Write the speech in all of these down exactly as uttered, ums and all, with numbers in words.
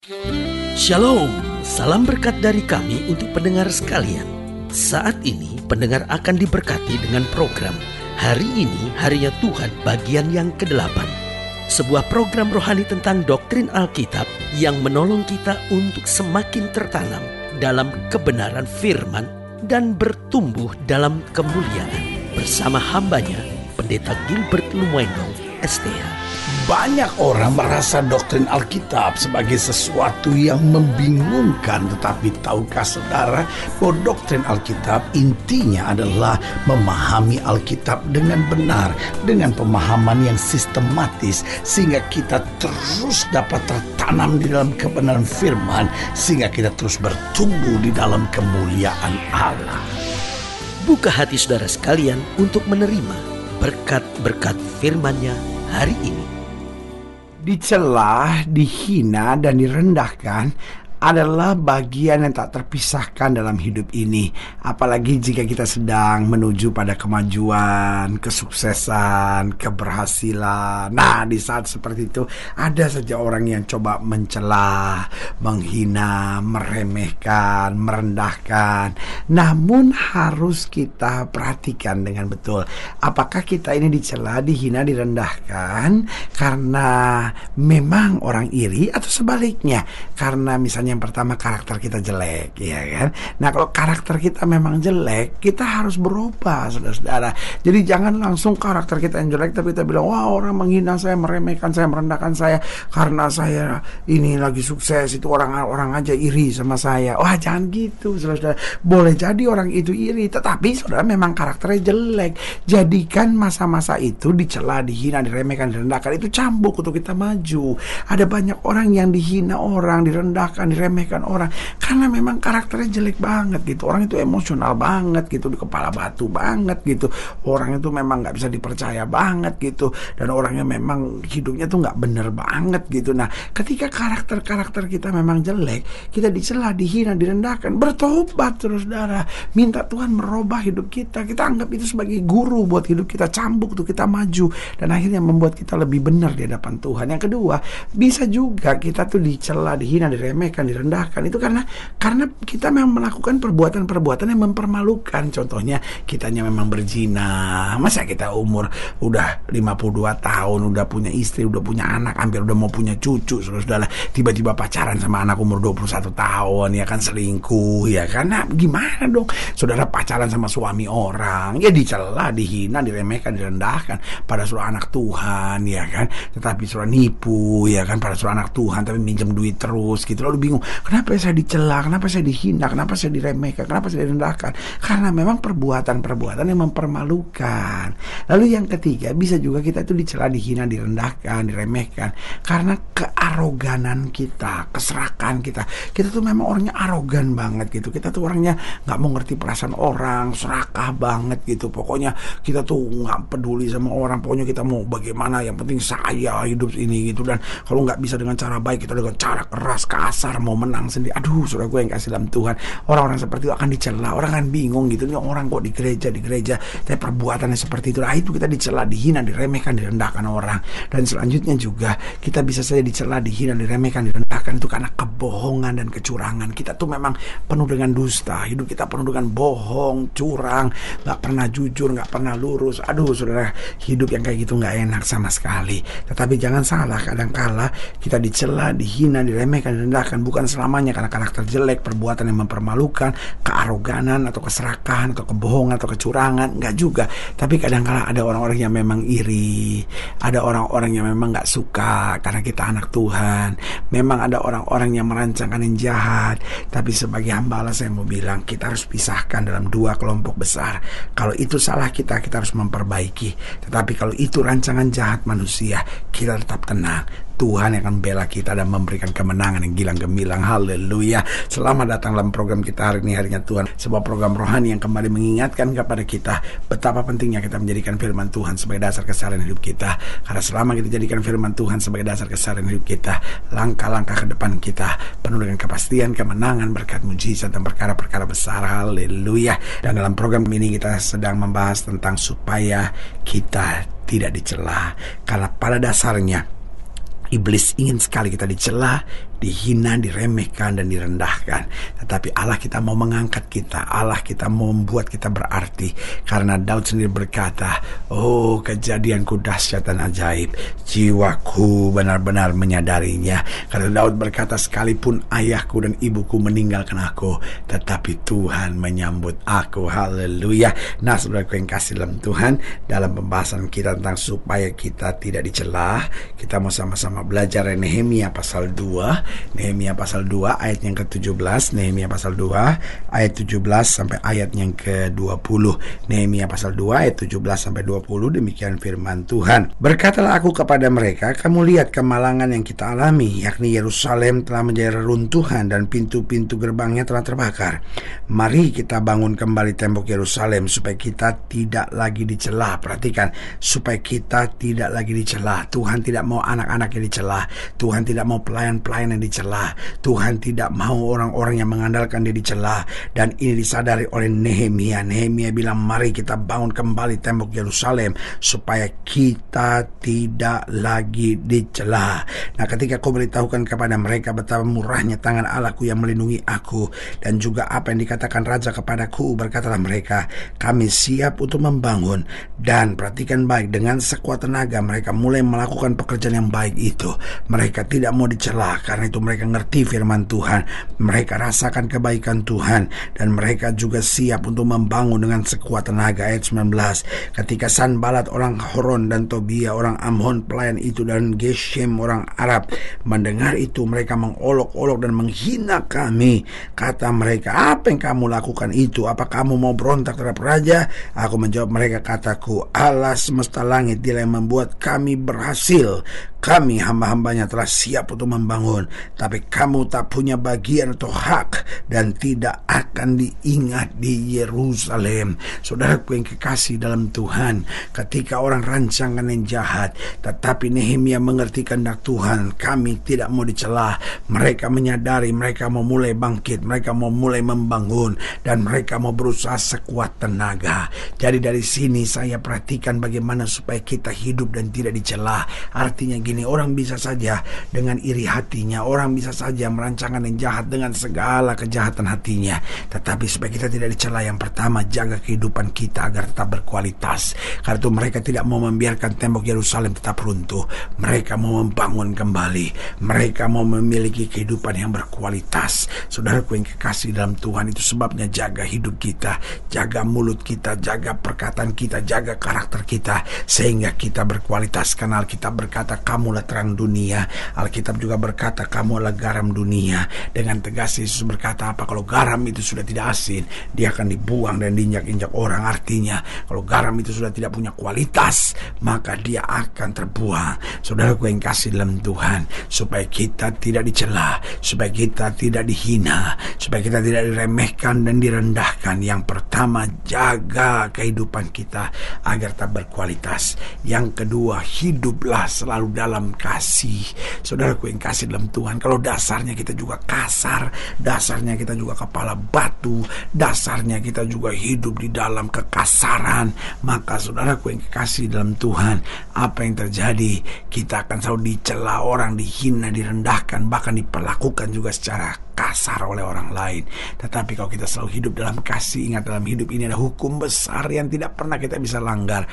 Shalom, salam berkat dari kami untuk pendengar sekalian. Saat ini pendengar akan diberkati dengan program Hari Ini Harinya Tuhan bagian yang kedelapan. Sebuah program rohani tentang doktrin Alkitab yang menolong kita untuk semakin tertanam dalam kebenaran firman dan bertumbuh dalam kemuliaan. Bersama hambanya, Pendeta Gilbert Lumwendong, S T H. Banyak orang merasa doktrin Alkitab sebagai sesuatu yang membingungkan. Tetapi tahukah saudara bahwa doktrin Alkitab intinya adalah memahami Alkitab dengan benar, dengan pemahaman yang sistematis, sehingga kita terus dapat tertanam di dalam kebenaran firman, sehingga kita terus bertumbuh di dalam kemuliaan Allah. Buka hati saudara sekalian untuk menerima berkat-berkat firman-Nya hari ini. Dicela, dihina, dan direndahkan adalah bagian yang tak terpisahkan dalam hidup ini. Apalagi jika kita sedang menuju pada kemajuan, kesuksesan, keberhasilan. Nah, di saat seperti itu ada saja orang yang coba mencela, menghina, meremehkan, merendahkan. Namun harus kita perhatikan dengan betul, apakah kita ini dicela, dihina, direndahkan karena memang orang iri, atau sebaliknya karena misalnya yang pertama karakter kita jelek, ya kan? Nah, kalau karakter kita memang jelek, kita harus berubah, saudara-saudara. Jadi jangan langsung karakter kita yang jelek tapi kita bilang, wah, orang menghina saya, meremehkan saya, merendahkan saya karena saya ini lagi sukses, itu orang-orang aja iri sama saya. Wah, jangan gitu, saudara-saudara. Boleh jadi orang itu iri, tetapi saudara memang karakternya jelek. Jadikan masa-masa itu dicela, dihina, diremehkan, direndahkan itu cambuk untuk kita maju. Ada banyak orang yang dihina orang, direndahkan, diremehkan orang karena memang karakternya jelek banget gitu. Orang itu emosional banget gitu, di kepala batu banget gitu. Orang itu memang nggak bisa dipercaya banget gitu, dan orangnya memang hidupnya tuh nggak bener banget gitu. Nah, ketika karakter-karakter kita memang jelek, kita dicela, dihina, direndahkan, bertobat terus, saudara. Minta Tuhan merubah hidup kita. Kita anggap itu sebagai guru buat hidup kita, cambuk tuh kita maju, dan akhirnya membuat kita lebih benar di hadapan Tuhan. Yang kedua, bisa juga kita tuh dicela, dihina, diremehkan, direndahkan itu karena karena kita memang melakukan perbuatan-perbuatan yang mempermalukan. Contohnya, kitanya memang berzina. Masa kita umur udah lima puluh dua tahun, udah punya istri, udah punya anak, hampir udah mau punya cucu, saudara, tiba-tiba pacaran sama anak umur dua puluh satu tahun, ya kan, selingkuh, ya kan? Nah, gimana dong? Saudara pacaran sama suami orang, ya dicela, dihina, diremehkan, direndahkan pada seorang anak Tuhan, ya kan? Tetapi seorang nipu, ya kan, pada seorang anak Tuhan tapi minjem duit terus gitu. Lalu bingung, kenapa saya dicela, kenapa saya dihina, kenapa saya diremehkan, kenapa saya direndahkan? Karena memang perbuatan-perbuatan yang mempermalukan. Lalu yang ketiga, bisa juga kita itu dicela, dihina, direndahkan, diremehkan karena kearoganan kita, keserakan kita. Kita tuh memang orangnya arogan banget gitu. Kita tuh orangnya nggak mau ngerti perasaan orang, serakah banget gitu. Pokoknya kita tuh nggak peduli sama orang. Pokoknya kita mau bagaimana, yang penting saya hidup ini gitu. Dan kalau nggak bisa dengan cara baik, kita dengan cara keras, kasar, mau menang sendiri. Aduh, saudara gue yang kasih dalam Tuhan, orang-orang seperti itu akan dicela. Orang kan bingung gitu, ini orang kok di gereja di gereja tapi perbuatannya seperti itu. Nah, itu kita dicela, dihina, diremehkan, direndahkan orang. Dan selanjutnya juga kita bisa saja dicela, dihina, diremehkan, direndahkan itu karena kebohongan dan kecurangan. Kita tuh memang penuh dengan dusta. Hidup kita penuh dengan bohong, curang, nggak pernah jujur, nggak pernah lurus. Aduh, saudara, hidup yang kayak gitu nggak enak sama sekali. Tetapi jangan salah, kadang-kala kita dicela, dihina, diremehkan, direndahkan bukan selamanya karena karakter jelek, perbuatan yang mempermalukan, kearoganan atau keserakahan atau kebohongan atau kecurangan. Enggak juga. Tapi kadang-kala ada orang-orang yang memang iri, ada orang-orang yang memang nggak suka karena kita anak Tuhan. Memang ada orang-orang yang merancangkan yang jahat. Tapi sebagai hamba Allah, saya mau bilang, kita harus pisahkan dalam dua kelompok besar. Kalau itu salah kita, kita harus memperbaiki. Tetapi kalau itu rancangan jahat manusia, kita tetap tenang. Tuhan yang akan membela kita dan memberikan kemenangan yang gilang gemilang. Haleluya. Selamat datang dalam program kita hari ini, Harinya Tuhan. Sebuah program rohani yang kembali mengingatkan kepada kita betapa pentingnya kita menjadikan firman Tuhan sebagai dasar keseharian hidup kita. Karena selama kita jadikan firman Tuhan sebagai dasar keseharian hidup kita, langkah-langkah ke depan kita penuh dengan kepastian, kemenangan, berkat, mujizat, dan perkara-perkara besar. Haleluya. Dan dalam program ini kita sedang membahas tentang supaya kita tidak dicela. Karena pada dasarnya iblis ingin sekali kita dicela, dihina, diremehkan, dan direndahkan. Tetapi Allah kita mau mengangkat kita, Allah kita mau membuat kita berarti. Karena Daud sendiri berkata, oh kejadianku dahsyat dan ajaib, jiwaku benar-benar menyadarinya. Karena Daud berkata, sekalipun ayahku dan ibuku meninggalkan aku, tetapi Tuhan menyambut aku. Haleluya. Nah saudaraku yang kasih dalam Tuhan, dalam pembahasan kita tentang supaya kita tidak dicela, kita mau sama-sama belajar Nehemia pasal dua. Nehemia pasal dua ayat yang ke tujuh belas. Nehemia pasal dua ayat tujuh belas sampai ayat yang ke dua puluh. Nehemia pasal dua ayat tujuh belas sampai dua puluh. Demikian firman Tuhan. Berkatalah aku kepada mereka, kamu lihat kemalangan yang kita alami, yakni Yerusalem telah menjadi reruntuhan dan pintu-pintu gerbangnya telah terbakar. Mari kita bangun kembali tembok Yerusalem supaya kita tidak lagi dicela. Perhatikan, supaya kita tidak lagi dicela. Tuhan tidak mau anak-anak yang dicela. Tuhan tidak mau pelayan-pelayan yang dicela. Tuhan tidak mau orang-orang yang mengandalkan dia dicela. Dan ini disadari oleh Nehemia. Nehemia bilang, mari kita bangun kembali tembok Yerusalem supaya kita tidak lagi dicela. Nah, ketika kau beritahukan kepada mereka betapa murahnya tangan Allahku yang melindungi aku, dan juga apa yang dikatakan raja kepadaku, berkatalah mereka, kami siap untuk membangun. Dan perhatikan baik, dengan sekuat tenaga mereka mulai melakukan pekerjaan yang baik itu. Mereka tidak mau dicela, karena itu mereka ngerti firman Tuhan, mereka rasakan kebaikan Tuhan, dan mereka juga siap untuk membangun dengan sekuat tenaga. Ayat sembilan belas, ketika Sanbalat orang Horon dan Tobia orang Amon pelayan itu dan Geshem orang Arab mendengar itu, mereka mengolok-olok dan menghina kami. Kata mereka, apa yang kamu lakukan itu? Apa kamu mau berontak terhadap raja? Aku menjawab mereka, kataku, Allah semesta langit dia yang membuat kami berhasil. Kami hamba-hambanya telah siap untuk membangun, tapi kamu tak punya bagian atau hak dan tidak akan diingat di Yerusalem. Saudaraku yang kekasih dalam Tuhan, ketika orang rancangan yang jahat, tetapi Nehemia mengerti kehendak Tuhan, kami tidak mau dicela. Mereka menyadari mereka mau mulai bangkit, mereka mau mulai membangun, dan mereka mau berusaha sekuat tenaga. Jadi dari sini saya perhatikan bagaimana supaya kita hidup dan tidak dicela. Artinya gini, orang bisa saja dengan iri hatinya, orang bisa saja merancangkan yang jahat dengan segala kejahatan hatinya, tetapi supaya kita tidak dicela, yang pertama jaga kehidupan kita agar tetap berkualitas. Karena itu mereka tidak mau membiarkan tembok Yerusalem tetap runtuh. Mereka mau membangun kembali, mereka mau memiliki kehidupan yang berkualitas. Saudaraku yang kekasih dalam Tuhan, itu sebabnya jaga hidup kita, jaga mulut kita, jaga perkataan kita, jaga karakter kita, sehingga kita berkualitas. Karena Alkitab berkata, kamulah terang dunia. Alkitab juga berkata, kamu adalah garam dunia. Dengan tegas Yesus berkata apa? Kalau garam itu sudah tidak asin, dia akan dibuang dan diinjak-injak orang. Artinya, kalau garam itu sudah tidak punya kualitas, maka dia akan terbuang. Saudaraku yang kasih dalam Tuhan, supaya kita tidak dicela, supaya kita tidak dihina, supaya kita tidak diremehkan dan direndahkan, yang pertama jaga kehidupan kita agar tak berkualitas. Yang kedua, hiduplah selalu dalam kasih. Saudaraku yang kasih dalam Tuhan, kalau dasarnya kita juga kasar, dasarnya kita juga kepala batu, dasarnya kita juga hidup di dalam kekasaran, maka saudaraku yang kekasih dalam Tuhan, apa yang terjadi? Kita akan selalu dicela orang, dihina, direndahkan, bahkan diperlakukan juga secara kasar oleh orang lain. Tetapi kalau kita selalu hidup dalam kasih, ingat, dalam hidup ini ada hukum besar yang tidak pernah kita bisa langgar.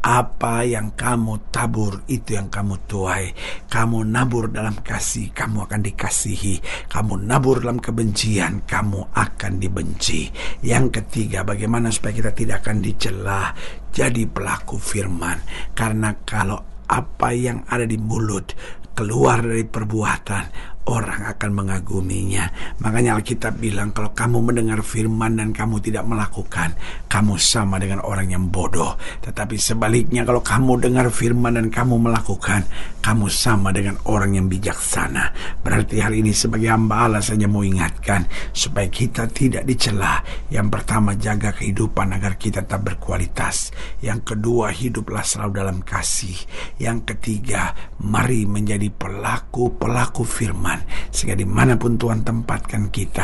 Apa yang kamu tabur, itu yang kamu tuai. Kamu nabur dalam kasih, kamu akan dikasihi. Kamu nabur dalam kebencian, kamu akan dibenci. Yang ketiga, bagaimana supaya kita tidak akan dicela? Jadi pelaku firman. Karena kalau apa yang ada di mulut keluar dari perbuatan, orang akan mengaguminya. Makanya Alkitab bilang, kalau kamu mendengar firman dan kamu tidak melakukan, kamu sama dengan orang yang bodoh. Tetapi sebaliknya, kalau kamu dengar firman dan kamu melakukan, kamu sama dengan orang yang bijaksana. Berarti hari ini sebagai hamba Allah saja mau ingatkan, supaya kita tidak dicela. Yang pertama, jaga kehidupan agar kita tetap berkualitas. Yang kedua, hiduplah selalu dalam kasih. Yang ketiga, mari menjadi pelaku-pelaku firman, sehingga dimanapun Tuhan tempatkan kita, kita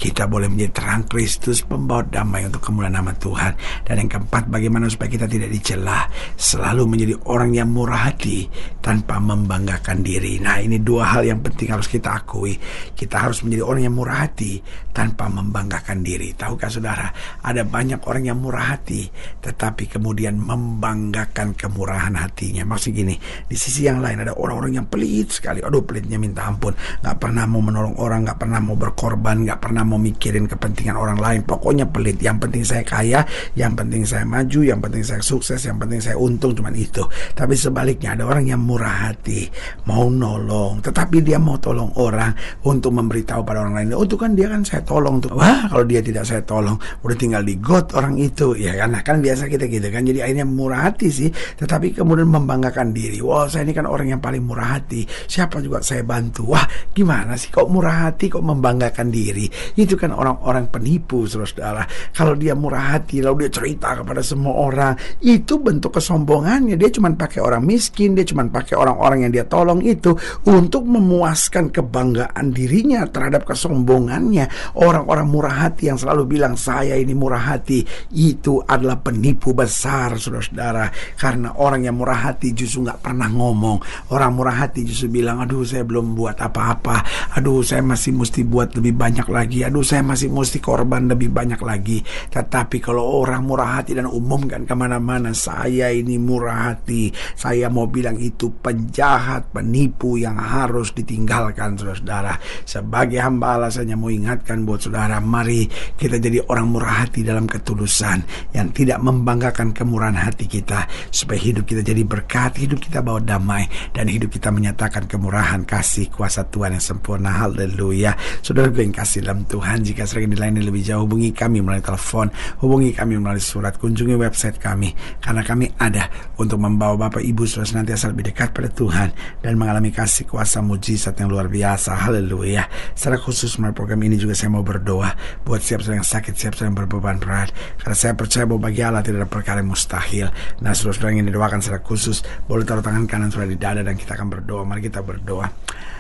kita boleh menjadi terang Kristus, pembawa damai untuk kemuliaan nama Tuhan. Dan yang keempat, bagaimana supaya kita tidak dicela, selalu menjadi orang yang murah hati tanpa membanggakan diri. Nah, ini dua hal yang penting harus kita akui. Kita harus menjadi orang yang murah hati tanpa membanggakan diri. Tahukah saudara, ada banyak orang yang murah hati tetapi kemudian membanggakan kemurahan hatinya. Maksud gini, di sisi yang lain ada orang-orang yang pelit sekali. Aduh, pelitnya minta ampun, gak pernah mau menolong orang, gak pernah mau berkorban, gak pernah mau mikirin kepentingan orang lain. Pokoknya pelit, yang penting saya kaya, yang penting saya maju, yang penting saya sukses, yang penting saya untung, cuman itu. Tapi sebaliknya ada orang yang murah hati, mau nolong, tetapi dia mau tolong orang untuk memberitahu pada orang lain, oh itu kan dia kan saya tolong tuh. Wah, kalau dia tidak saya tolong, udah tinggal di got orang itu, ya kan? Nah, kan biasa kita gitu kan. Jadi akhirnya murah hati sih, tetapi kemudian membanggakan diri. Wah, saya ini kan orang yang paling murah hati, siapa juga saya bantu. Wah, gimana sih kok murah hati, kok membanggakan diri? Itu kan orang-orang penipu, saudara. Kalau dia murah hati lalu dia cerita kepada semua orang, itu bentuk kesombongannya. Dia cuma pakai orang miskin, dia cuma pakai orang-orang yang dia tolong itu untuk memuaskan kebanggaan dirinya terhadap kesombongannya. Orang-orang murah hati yang selalu bilang saya ini murah hati, itu adalah penipu besar, saudara-saudara. Karena orang yang murah hati justru gak pernah ngomong. Orang murah hati justru bilang, aduh saya belum buat apa-apa, aduh saya masih mesti buat lebih banyak lagi, aduh saya masih mesti korban lebih banyak lagi. Tetapi kalau orang murah hati dan umumkan kemana-mana, saya ini murah hati, saya mau bilang itu penjahat, penipu yang harus ditinggalkan, saudara-saudara. Sebagai hamba Allah, saya mau ingatkan buat saudara, mari kita jadi orang murah hati dalam ketulusan, yang tidak membanggakan kemurahan hati kita, supaya hidup kita jadi berkat, hidup kita bawa damai, dan hidup kita menyatakan kemurahan kasih kuasa Tuhan yang sempurna. Haleluya. Saudara yang kasih dalam Tuhan, jika sering dilayani lebih jauh, hubungi kami melalui telepon, hubungi kami melalui surat, kunjungi website kami, karena kami ada untuk membawa Bapak Ibu saudara senantiasa lebih dekat pada Tuhan dan mengalami kasih kuasa mujizat yang luar biasa. Haleluya. Secara khusus melalui program ini juga saya mau berdoa buat siap saudara yang sakit, siap saudara yang berbeban berat, karena saya percaya bahwa bagi Allah tidak ada perkara yang mustahil. Nah, saudara-saudara yang didoakan secara khusus, boleh taruh tangan kanan saudara di dada dan kita akan berdoa. Mari kita berdoa.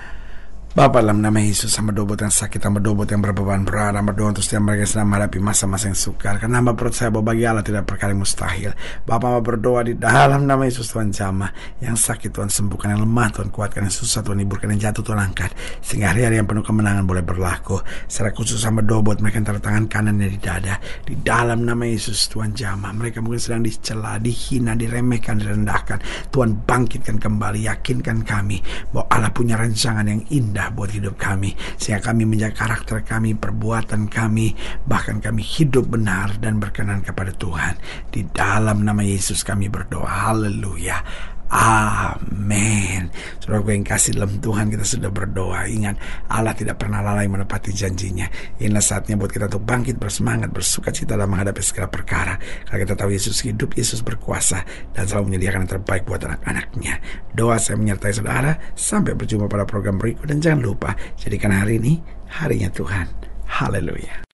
Bapa, dalam nama Yesus, hamba doa buat yang sakit, hamba doa buat yang berbeban berat, hamba doa untuk setiap mereka yang sedang menghadapi masa-masa yang sukar, karena hamba percaya bahwa bagi Allah tidak perkara yang mustahil. Bapa, hamba berdoa di dalam nama Yesus, Tuhan jamah yang sakit Tuhan sembuhkan, yang lemah Tuhan kuatkan, yang susah Tuhan hiburkan, yang jatuh Tuhan angkat, sehingga hari-hari yang penuh kemenangan boleh berlaku. Secara khusus hamba doa buat mereka yang taruh tangan kanannya di dada, di dalam nama Yesus, Tuhan jamah mereka mungkin sedang dicela, dihina, diremehkan, direndahkan. Tuhan bangkitkan kembali, yakinkan kami bahwa Allah punya rancangan yang indah buat hidup kami, sehingga kami menjaga karakter kami, perbuatan kami, bahkan kami hidup benar dan berkenan kepada Tuhan. Di dalam nama Yesus kami berdoa. Haleluya. Amin. Saudara yang kasih dalam Tuhan, kita sudah berdoa. Ingat, Allah tidak pernah lalai menepati janjinya. Inilah saatnya buat kita untuk bangkit, bersemangat, bersuka cita dalam menghadapi segala perkara, karena kita tahu Yesus hidup, Yesus berkuasa, dan selalu menyediakan yang terbaik buat anak-anaknya. Doa saya menyertai saudara. Sampai berjumpa pada program berikut, dan jangan lupa jadikan hari ini harinya Tuhan. Haleluya.